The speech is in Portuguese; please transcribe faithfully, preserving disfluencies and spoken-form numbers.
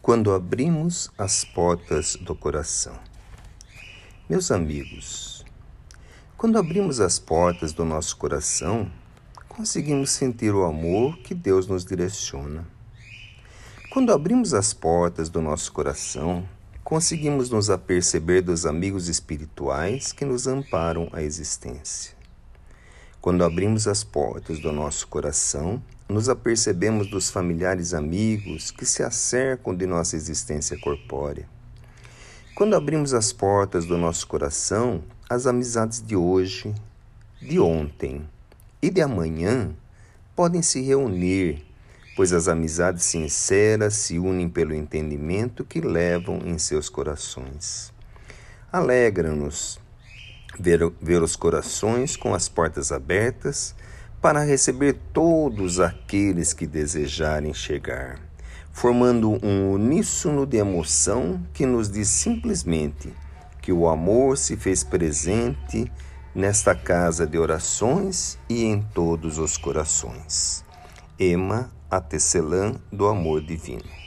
Quando abrimos as portas do coração. Meus amigos, quando abrimos as portas do nosso coração, conseguimos sentir o amor que Deus nos direciona. Quando abrimos as portas do nosso coração, conseguimos nos aperceber dos amigos espirituais que nos amparam a existência. Quando abrimos as portas do nosso coração, nos apercebemos dos familiares amigos que se acercam de nossa existência corpórea. Quando abrimos as portas do nosso coração, as amizades de hoje, de ontem e de amanhã podem se reunir, pois as amizades sinceras se unem pelo entendimento que levam em seus corações. Alegra-nos ver, ver os corações com as portas abertas para receber todos aqueles que desejarem chegar, formando um uníssono de emoção que nos diz simplesmente que o amor se fez presente nesta casa de orações e em todos os corações. Ema, a tecelã do amor divino.